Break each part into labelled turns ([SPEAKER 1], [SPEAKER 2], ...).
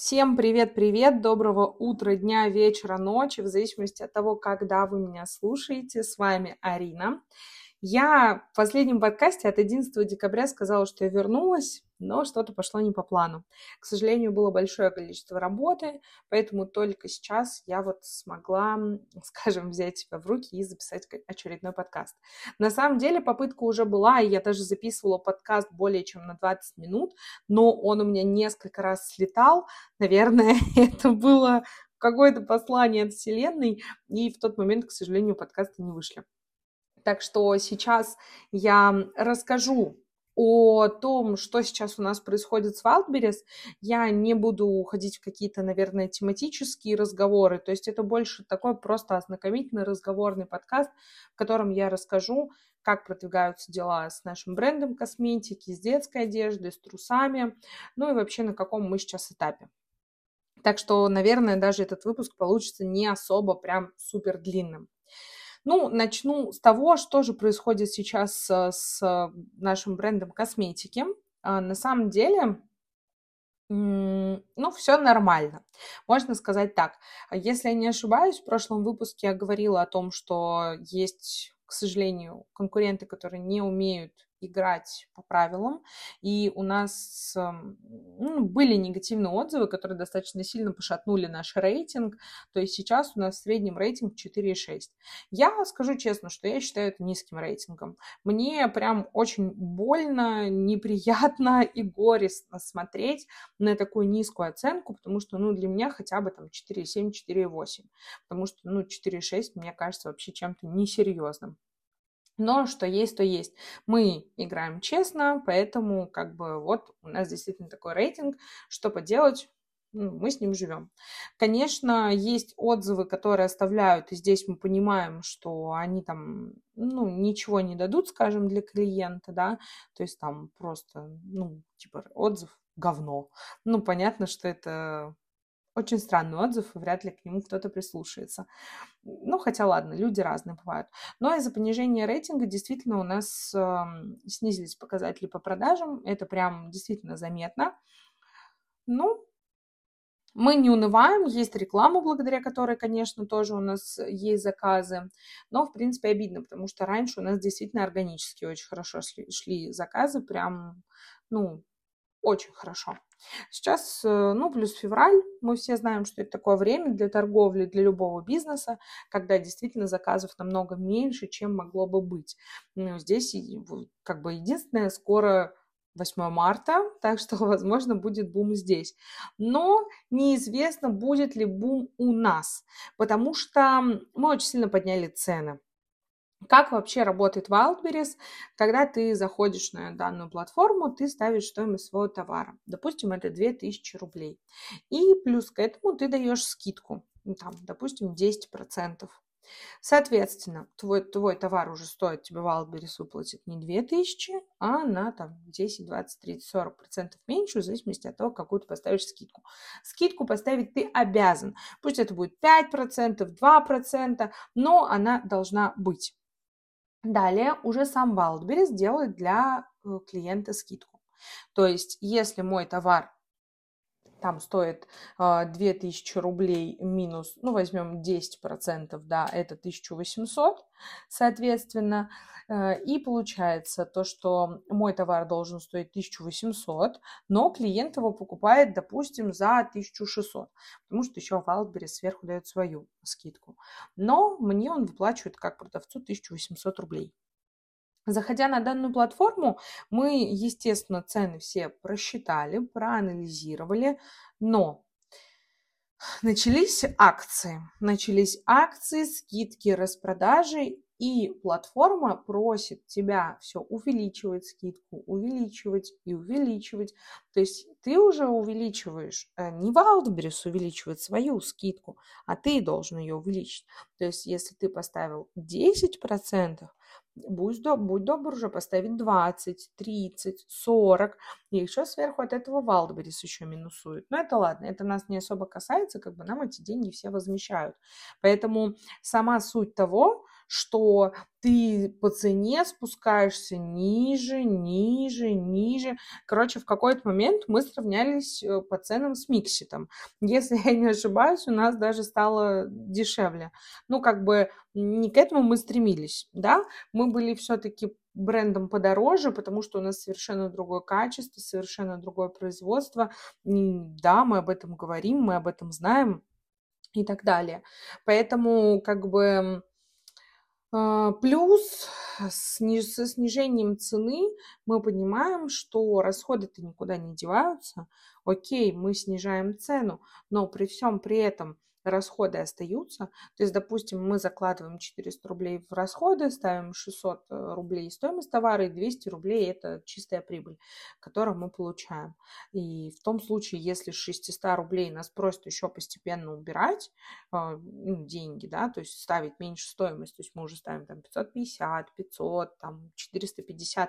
[SPEAKER 1] Всем привет-привет, доброго утра, дня, вечера, ночи, в зависимости от того, когда вы меня слушаете. С вами Арина. Я в последнем подкасте от 11 декабря сказала, что я вернулась, но что-то пошло не по плану. К сожалению, было большое количество работы, поэтому только сейчас я вот смогла, скажем, взять себя в руки и записать очередной подкаст. На самом деле попытка уже была, и я даже записывала подкаст более чем на 20 минут, но он у меня несколько раз слетал. Наверное, это было какое-то послание от Вселенной, и в тот момент, к сожалению, подкасты не вышли. Так что сейчас я расскажу о том, что сейчас у нас происходит с Wildberries. Я не буду уходить в какие-то, наверное, тематические разговоры. То есть это больше такой просто ознакомительный разговорный подкаст, в котором я расскажу, как продвигаются дела с нашим брендом косметики, с детской одеждой, с трусами, ну и вообще на каком мы сейчас этапе. Так что, наверное, даже этот выпуск получится не особо прям супер длинным. Ну, начну с того, что же происходит сейчас с нашим брендом косметики. На самом деле, ну, все нормально. Можно сказать так. Если я не ошибаюсь, в прошлом выпуске я говорила о том, что есть, к сожалению, конкуренты, которые не умеют играть по правилам, и у нас были негативные отзывы, которые достаточно сильно пошатнули наш рейтинг, то есть сейчас у нас в среднем рейтинг 4,6. Я скажу честно, что я считаю это низким рейтингом. Мне прям очень больно, неприятно и горестно смотреть на такую низкую оценку, потому что, для меня хотя бы там 4,7, 4,8, потому что, 4,6 мне кажется вообще чем-то несерьезным. Но что есть, то есть. Мы играем честно, поэтому вот у нас действительно такой рейтинг. Что поделать? Мы с ним живем. Конечно, есть отзывы, которые оставляют, и здесь мы понимаем, что они там, ничего не дадут, скажем, для клиента, да, то есть там просто, отзыв говно. Понятно, что это очень странный отзыв, и вряд ли к нему кто-то прислушается. Хотя ладно, люди разные бывают. Но из-за понижения рейтинга действительно у нас снизились показатели по продажам. Это прям действительно заметно. Мы не унываем, есть реклама, благодаря которой, конечно, тоже у нас есть заказы. Но, в принципе, обидно, потому что раньше у нас действительно органически очень хорошо шли заказы, прям, очень хорошо. Сейчас, плюс февраль, мы все знаем, что это такое время для торговли, для любого бизнеса, когда действительно заказов намного меньше, чем могло бы быть. Здесь единственное, скоро 8 марта, так что, возможно, будет бум здесь. Но неизвестно, будет ли бум у нас, потому что мы очень сильно подняли цены. Как вообще работает Wildberries? Когда ты заходишь на данную платформу, ты ставишь стоимость своего товара. Допустим, это 2000 рублей. И плюс к этому ты даешь скидку, допустим, 10%. Соответственно, твой товар уже стоит, тебе Wildberries выплатит не 2000, а на 10, 20, 30, 40% меньше, в зависимости от того, какую ты поставишь скидку. Скидку поставить ты обязан. Пусть это будет 5%, 2%, но она должна быть. Далее уже сам Wildberries делает для клиента скидку. То есть, если мой товар там стоит 2000 рублей минус, возьмем 10%, да, это 1800, соответственно, и получается то, что мой товар должен стоить 1800, но клиент его покупает, допустим, за 1600, потому что еще Wildberries сверху дает свою скидку, но мне он выплачивает как продавцу 1800 рублей. Заходя на данную платформу, мы, естественно, цены все просчитали, проанализировали, но начались акции, скидки, распродажи, и платформа просит тебя все увеличивать скидку, увеличивать и увеличивать. То есть ты уже увеличиваешь, не Wildberries увеличивает свою скидку, а ты должен ее увеличить. То есть если ты поставил 10%, будь добр уже поставить 20, 30, 40, и еще сверху от этого Wildberries еще минусует. Но это ладно, это нас не особо касается, нам эти деньги все возмещают. Поэтому сама суть того, что ты по цене спускаешься ниже, ниже, ниже. Короче, в какой-то момент мы сравнялись по ценам с Микситом. Если я не ошибаюсь, у нас даже стало дешевле. Ну, как бы не к этому мы стремились, да, мы были все-таки брендом подороже, потому что у нас совершенно другое качество, совершенно другое производство. Да, мы об этом говорим, мы об этом знаем и так далее. Поэтому как бы плюс со снижением цены мы понимаем, что расходы-то никуда не деваются. Окей, мы снижаем цену, но при всем при этом расходы остаются. То есть, допустим, мы закладываем 400 рублей в расходы, ставим 600 рублей стоимость товара, и 200 рублей – это чистая прибыль, которую мы получаем. И в том случае, если с 600 рублей нас просят еще постепенно убирать деньги, да, то есть ставить меньше стоимость, то есть мы уже ставим там 550, 500, там 450,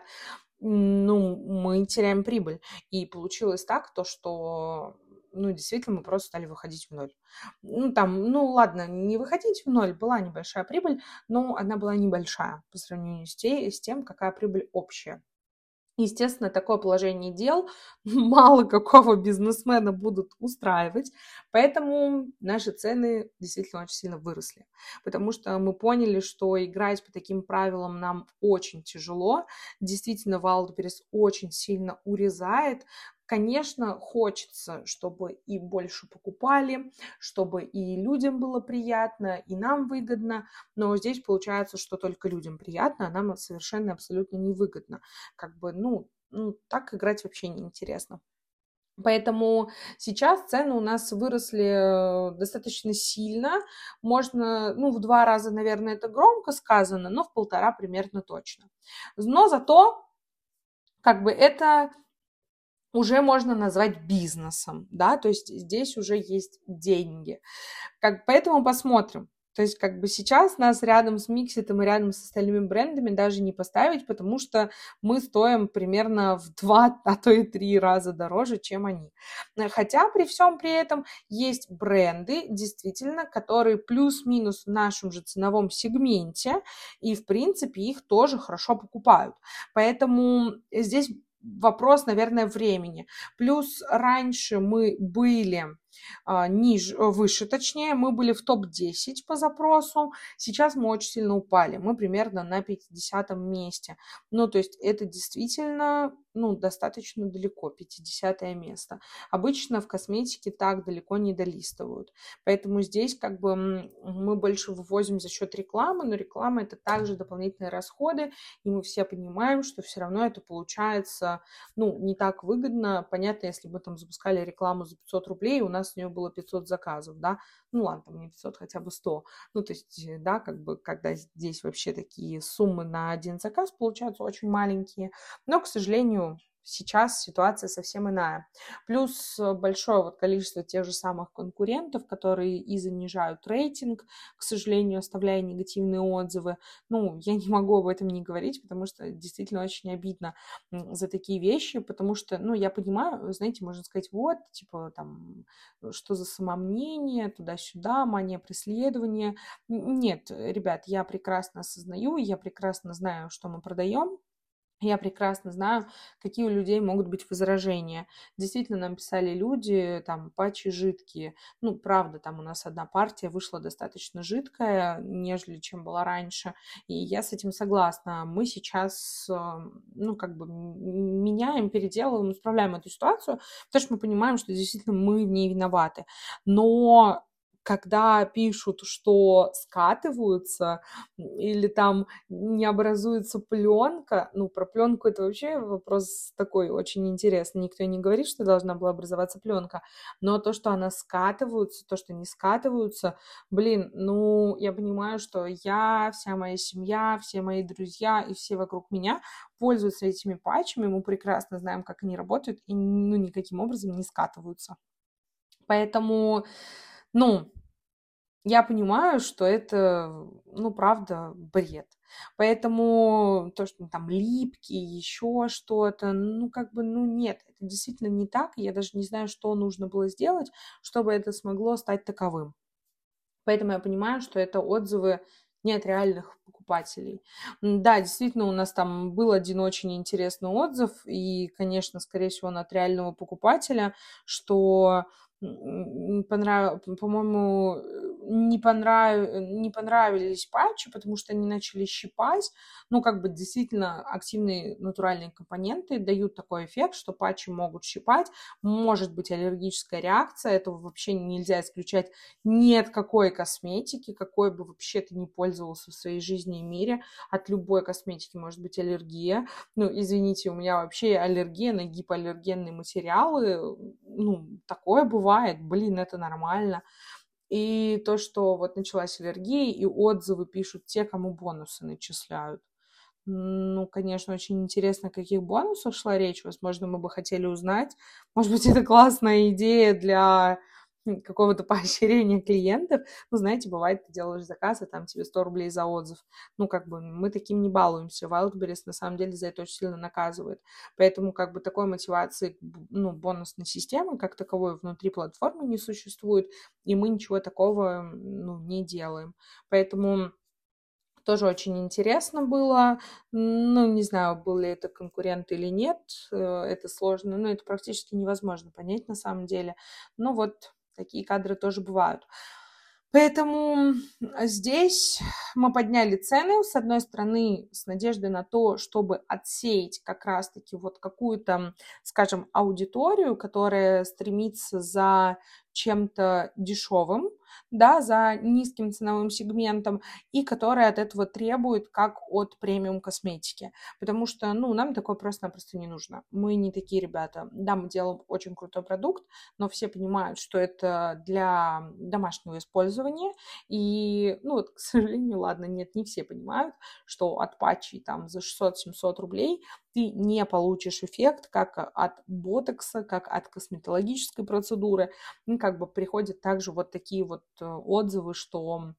[SPEAKER 1] ну, мы теряем прибыль. И получилось так, то, что ну, действительно, мы просто стали выходить в ноль. Ну, там, ну, ладно, не выходить в ноль, была небольшая прибыль, но она была небольшая по сравнению с тем, какая прибыль общая. Естественно, такое положение дел мало какого бизнесмена будут устраивать, поэтому наши цены действительно очень сильно выросли, потому что мы поняли, что играть по таким правилам нам очень тяжело. Действительно, Wildberries очень сильно урезает. Конечно, хочется, чтобы и больше покупали, чтобы и людям было приятно, и нам выгодно, но здесь получается, что только людям приятно, а нам совершенно абсолютно невыгодно. Как бы, ну, так играть вообще неинтересно. Поэтому сейчас цены у нас выросли достаточно сильно. Можно, ну, в 2 раза, наверное, это громко сказано, но в 1,5 примерно точно. Но зато, как бы, это уже можно назвать бизнесом, да, то есть здесь уже есть деньги. Поэтому посмотрим. То есть как бы сейчас нас рядом с Микситом и рядом с остальными брендами даже не поставить, потому что мы стоим примерно в 2, а то и 3 раза дороже, чем они. Хотя при всем при этом есть бренды, действительно, которые плюс-минус в нашем же ценовом сегменте, и в принципе их тоже хорошо покупают. Поэтому здесь вопрос, наверное, времени. Плюс раньше мы были выше, точнее, мы были в топ-10 по запросу, сейчас мы очень сильно упали, мы примерно на 50 месте, ну, то есть это действительно, ну, достаточно далеко, 50 место. Обычно в косметике так далеко не долистывают, поэтому здесь как бы мы больше вывозим за счет рекламы, но реклама это также дополнительные расходы, и мы все понимаем, что все равно это получается, ну, не так выгодно. Понятно, если бы там запускали рекламу за 500 рублей, у нас с нее было 500 заказов, да, ну ладно, там не 500, хотя бы 100, ну, то есть, да, как бы, когда здесь вообще такие суммы на один заказ получаются очень маленькие, но, к сожалению, сейчас ситуация совсем иная. Плюс большое вот количество тех же самых конкурентов, которые и занижают рейтинг, к сожалению, оставляя негативные отзывы. Ну, я не могу об этом не говорить, потому что действительно очень обидно за такие вещи, потому что, ну, я понимаю, знаете, можно сказать, вот, типа, там, что за самомнение, туда-сюда, мания преследования. Нет, ребят, я прекрасно осознаю, я прекрасно знаю, что мы продаем, я прекрасно знаю, какие у людей могут быть возражения. Действительно, нам писали люди, там, патчи жидкие. Ну, правда, там у нас одна партия вышла достаточно жидкая, нежели чем была раньше. И я с этим согласна. Мы сейчас, ну, как бы меняем, переделываем, исправляем эту ситуацию, потому что мы понимаем, что действительно мы в ней виноваты. Но когда пишут, что скатываются или там не образуется пленка, ну, про пленку это вообще вопрос такой очень интересный. Никто не говорит, что должна была образоваться пленка, но то, что она скатываются, то, что не скатываются, блин, ну, я понимаю, что я, вся моя семья, все мои друзья и все вокруг меня пользуются этими патчами, мы прекрасно знаем, как они работают, и, ну, никаким образом не скатываются. Поэтому, ну, я понимаю, что это, ну, правда, бред. Поэтому то, что там липкий, еще что-то, ну, как бы, ну, нет, это действительно не так. Я даже не знаю, что нужно было сделать, чтобы это смогло стать таковым. Поэтому я понимаю, что это отзывы нет реальных покупателей. Да, действительно, у нас там был один очень интересный отзыв, и, конечно, скорее всего, он от реального покупателя, что по-моему, не понравились патчи, потому что они начали щипать. Ну, как бы действительно активные натуральные компоненты дают такой эффект, что патчи могут щипать, может быть аллергическая реакция, этого вообще нельзя исключать ни от какой косметики, какой бы вообще ты ни пользовался в своей жизни и мире, от любой косметики может быть аллергия. Ну, извините, у меня вообще аллергия на гипоаллергенные материалы, ну, такое бывает, блин, это нормально. И то, что вот началась аллергия, и отзывы пишут те, кому бонусы начисляют. Ну, конечно, очень интересно, о каких бонусах шла речь. Возможно, мы бы хотели узнать. Может быть, это классная идея для какого-то поощрения клиентов. Ну, знаете, бывает, ты делаешь заказ, а там тебе 100 рублей за отзыв. Ну, как бы мы таким не балуемся. Wildberries на самом деле за это очень сильно наказывает. Поэтому как бы такой мотивации, ну, бонусной системы как таковой внутри платформы не существует, и мы ничего такого, ну, не делаем. Поэтому тоже очень интересно было. Ну, не знаю, был ли это конкурент или нет. Это сложно, ну, это практически невозможно понять на самом деле. Но вот такие кадры тоже бывают. Поэтому здесь мы подняли цены, с одной стороны, с надеждой на то, чтобы отсеять как раз-таки вот какую-то, скажем, аудиторию, которая стремится за чем-то дешевым, да, за низким ценовым сегментом, и которая от этого требует как от премиум косметики. Потому что, ну, нам такое просто-напросто не нужно. Мы не такие ребята. Да, мы делаем очень крутой продукт, но все понимают, что это для домашнего использования. И, ну, вот, к сожалению, ладно, нет, не все понимают, что от патчей там за 600-700 рублей ты не получишь эффект как от ботокса, как от косметологической процедуры. Ну, как бы приходят также вот такие вот отзывы, что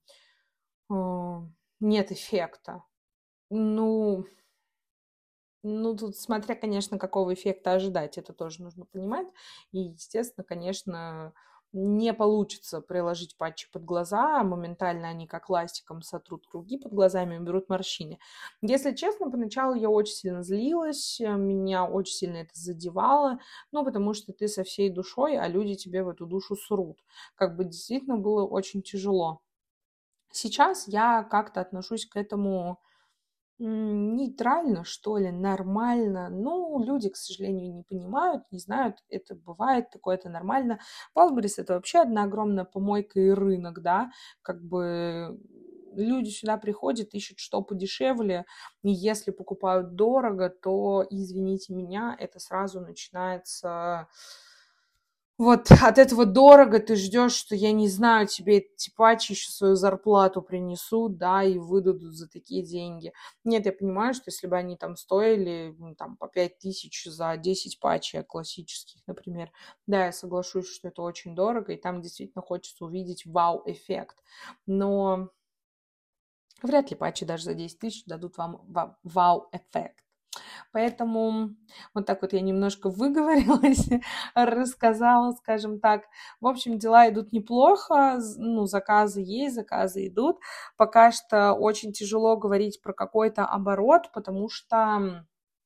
[SPEAKER 1] нет эффекта. Ну, тут смотря, конечно, какого эффекта ожидать, это тоже нужно понимать. И, естественно, конечно, не получится приложить патчи под глаза, моментально они как ластиком сотрут круги под глазами и уберут морщины. Если честно, поначалу я очень сильно злилась, меня очень сильно это задевало, ну, потому что ты со всей душой, а люди тебе в эту душу срут. Как бы действительно было очень тяжело. Сейчас я как-то отношусь к этому нейтрально, что ли, нормально. Ну, люди, к сожалению, не понимают, не знают, это бывает, такое это нормально. Wildberries — это вообще одна огромная помойка и рынок, да, как бы люди сюда приходят, ищут что подешевле, и если покупают дорого, то, извините меня, это сразу начинается вот от этого дорого, ты ждешь, что, я не знаю, тебе эти патчи еще свою зарплату принесут, да, и выдадут за такие деньги. Нет, я понимаю, что если бы они там стоили, ну, там, по 5000 за 10 патчей классических, например, да, я соглашусь, что это очень дорого, и там действительно хочется увидеть вау-эффект. Но вряд ли патчи даже за 10 тысяч дадут вам вау-эффект. Поэтому вот так вот я немножко выговорилась, рассказала, скажем так. В общем, дела идут неплохо, ну, заказы есть, заказы идут. Пока что очень тяжело говорить про какой-то оборот, потому что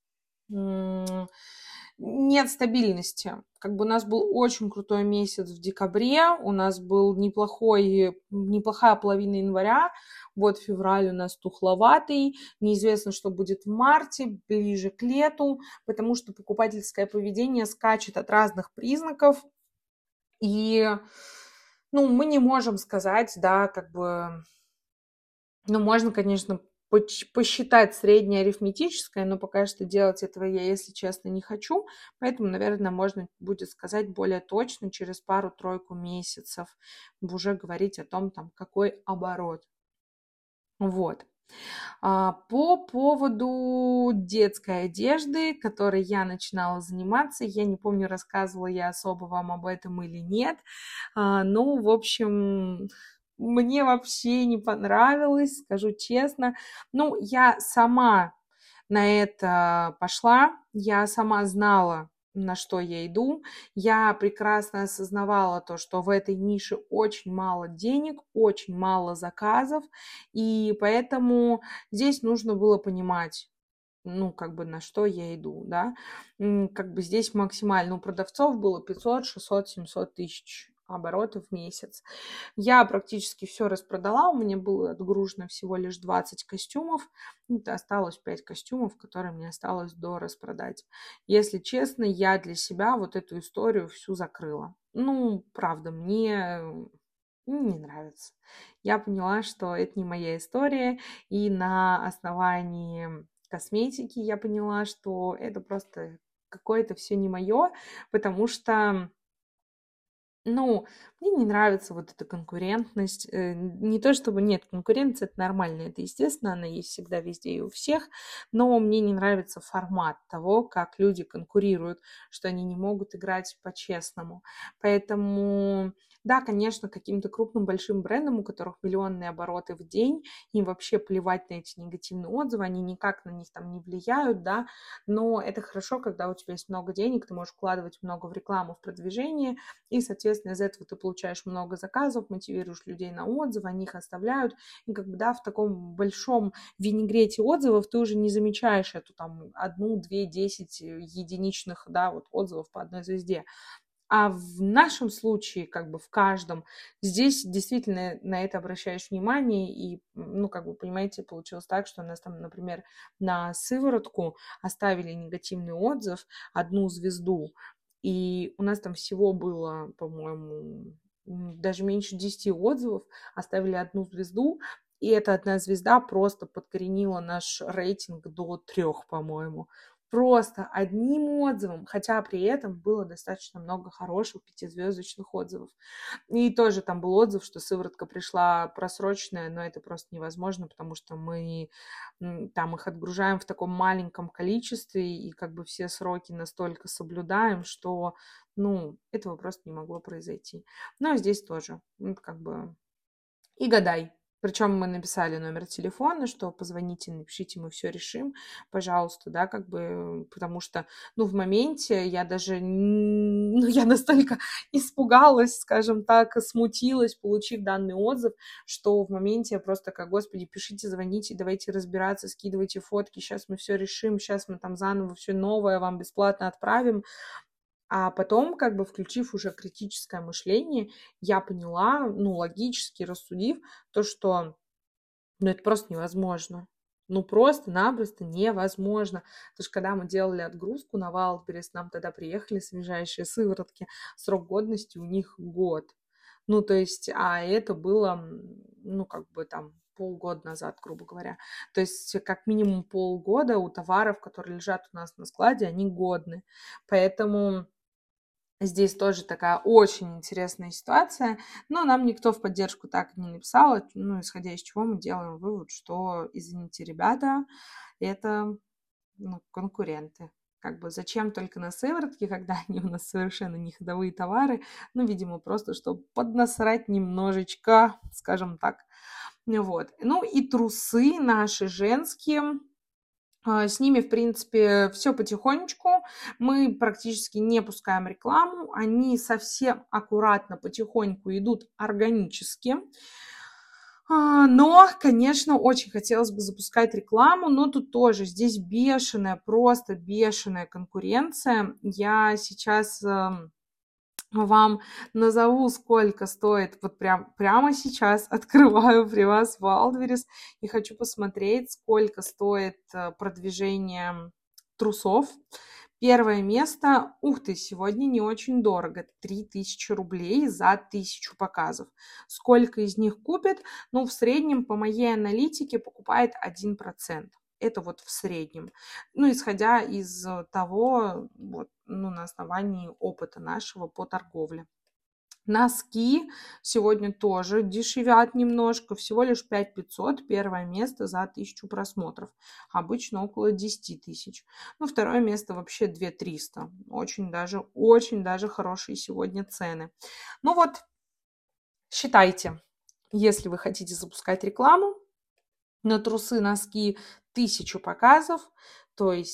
[SPEAKER 1] нет стабильности. Как бы у нас был очень крутой месяц в декабре, у нас был неплохая половина января, вот февраль у нас тухловатый, неизвестно, что будет в марте, ближе к лету, потому что покупательское поведение скачет от разных признаков, и, ну, мы не можем сказать, да, как бы, ну, можно, конечно, посчитать среднее арифметическое, но пока что делать этого я, если честно, не хочу. Поэтому, наверное, можно будет сказать более точно через пару-тройку месяцев уже говорить о том, там, какой оборот. Вот. По поводу детской одежды, которой я начинала заниматься, я не помню, рассказывала я особо вам об этом или нет. Ну, в общем, мне вообще не понравилось, скажу честно. Ну, я сама на это пошла, я сама знала, на что я иду. Я прекрасно осознавала то, что в этой нише очень мало денег, очень мало заказов, и поэтому здесь нужно было понимать, ну, как бы на что я иду, да. Как бы здесь максимально у продавцов было 500, 600, 700 тысяч оборотов в месяц. Я практически все распродала, у меня было отгружено всего лишь 20 костюмов, это осталось 5 костюмов, которые мне осталось дораспродать. Если честно, я для себя вот эту историю всю закрыла. Ну, правда, мне не нравится. Я поняла, что это не моя история, и на основании косметики я поняла, что это просто какое-то все не мое, потому что ну, мне не нравится вот эта конкурентность. Не то чтобы нет, конкуренция это нормально, это естественно, она есть всегда везде и у всех, но мне не нравится формат того, как люди конкурируют, что они не могут играть по-честному. Поэтому, да, конечно, каким-то крупным большим брендам, у которых миллионные обороты в день, им вообще плевать на эти негативные отзывы, они никак на них там не влияют, да, но это хорошо, когда у тебя есть много денег, ты можешь вкладывать много в рекламу, в продвижение, и, соответственно, из этого ты получаешь много заказов, мотивируешь людей на отзывы, они их оставляют. И как бы, да, в таком большом винегрете отзывов ты уже не замечаешь эту там 1, 2, 10 единичных, да, вот отзывов по одной звезде. А в нашем случае, как бы в каждом, здесь действительно на это обращаешь внимание, и, ну, как бы, понимаете, получилось так, что у нас там, например, на сыворотку оставили негативный отзыв, 1 звезду, и у нас там всего было, по-моему, даже меньше 10 отзывов, оставили 1 звезду, и эта 1 звезда просто подкоренила наш рейтинг до 3, по-моему. Просто одним отзывом, хотя при этом было достаточно много хороших 5-звездочных отзывов. И тоже там был отзыв, что сыворотка пришла просроченная, но это просто невозможно, потому что мы там их отгружаем в таком маленьком количестве, и как бы все сроки настолько соблюдаем, что, ну, этого просто не могло произойти. Но здесь тоже, как бы, и гадай. Причем мы написали номер телефона, что позвоните, напишите, мы все решим, пожалуйста, да, как бы, потому что, ну, в моменте я даже, ну, я настолько испугалась, скажем так, смутилась, получив данный отзыв, что в моменте я просто как, господи, пишите, звоните, давайте разбираться, скидывайте фотки, сейчас мы все решим, сейчас мы там заново все новое вам бесплатно отправим. А потом, как бы включив уже критическое мышление, я поняла, ну, логически рассудив, то, что, ну, это просто невозможно. Ну, просто-напросто невозможно. Потому что когда мы делали отгрузку на Wildberries, нам тогда приехали свежайшие сыворотки, срок годности у них год. Ну, то есть, а это было, ну, как бы там полгода назад, грубо говоря. То есть, как минимум полгода у товаров, которые лежат у нас на складе, они годны. Поэтому здесь тоже такая очень интересная ситуация, но нам никто в поддержку так и не написал, ну, исходя из чего мы делаем вывод, что, извините, ребята, это, ну, конкуренты. Как бы зачем только на сыворотке, когда они у нас совершенно не ходовые товары, ну, видимо, просто чтобы поднасрать немножечко, скажем так. Вот. Ну, и трусы наши женские, с ними, в принципе, все потихонечку. Мы практически не пускаем рекламу. Они совсем аккуратно, потихоньку идут органически. Но, конечно, очень хотелось бы запускать рекламу, но тут тоже здесь бешеная, просто бешеная конкуренция. Я сейчас вам назову, сколько стоит, вот прямо сейчас открываю при вас Wildberries и хочу посмотреть, сколько стоит продвижение трусов. Первое место, ух ты, сегодня не очень дорого, 3000 рублей за 1000 показов. Сколько из них купят? Ну, в среднем, по моей аналитике, покупает 1%. Это вот в среднем. Ну, исходя из того, вот, ну, на основании опыта нашего по торговле. Носки сегодня тоже дешевят немножко, всего лишь 5500, первое место за 1000 просмотров, обычно около 10 тысяч. Ну, второе место вообще 2300, очень даже хорошие сегодня цены. Ну вот, считайте, если вы хотите запускать рекламу, на трусы, носки 1000 показов, то есть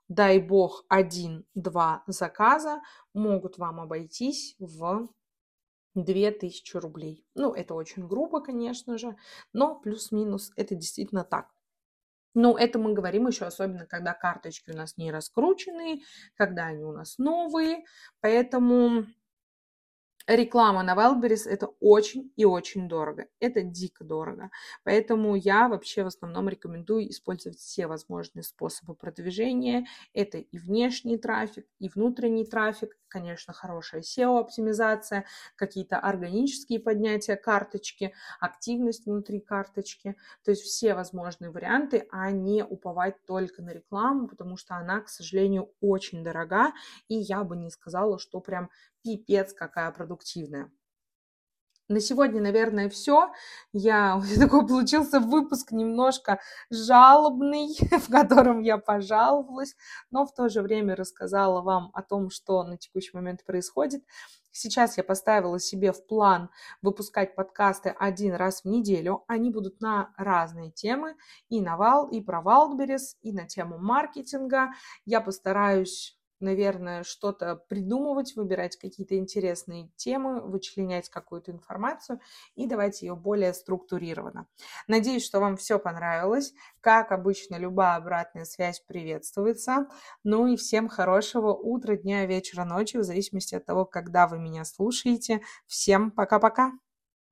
[SPEAKER 1] дай бог, 1-2 заказа могут вам обойтись в 2000 рублей. Ну, это очень грубо, конечно же, но плюс-минус это действительно так. Ну, это мы говорим еще особенно, когда карточки у нас не раскрученные, когда они у нас новые, поэтому реклама на Wildberries это очень и очень дорого. Это дико дорого. Поэтому я вообще в основном рекомендую использовать все возможные способы продвижения. Это и внешний трафик, и внутренний трафик, конечно, хорошая SEO-оптимизация, какие-то органические поднятия карточки, активность внутри карточки. То есть все возможные варианты, а не уповать только на рекламу, потому что она, к сожалению, очень дорога. И я бы не сказала, что прям пипец какая продуктивная. На сегодня, наверное, все. Такой получился выпуск немножко жалобный, в котором я пожаловалась, но в то же время рассказала вам о том, что на текущий момент происходит. Сейчас я поставила себе в план выпускать подкасты 1 раз в неделю. Они будут на разные темы, и про Wildberries, и на тему маркетинга. Я постараюсь, наверное, что-то придумывать, выбирать какие-то интересные темы, вычленять какую-то информацию и давать ее более структурированно. Надеюсь, что вам все понравилось. Как обычно, любая обратная связь приветствуется. Ну и всем хорошего утра, дня, вечера, ночи, в зависимости от того, когда вы меня слушаете. Всем пока-пока!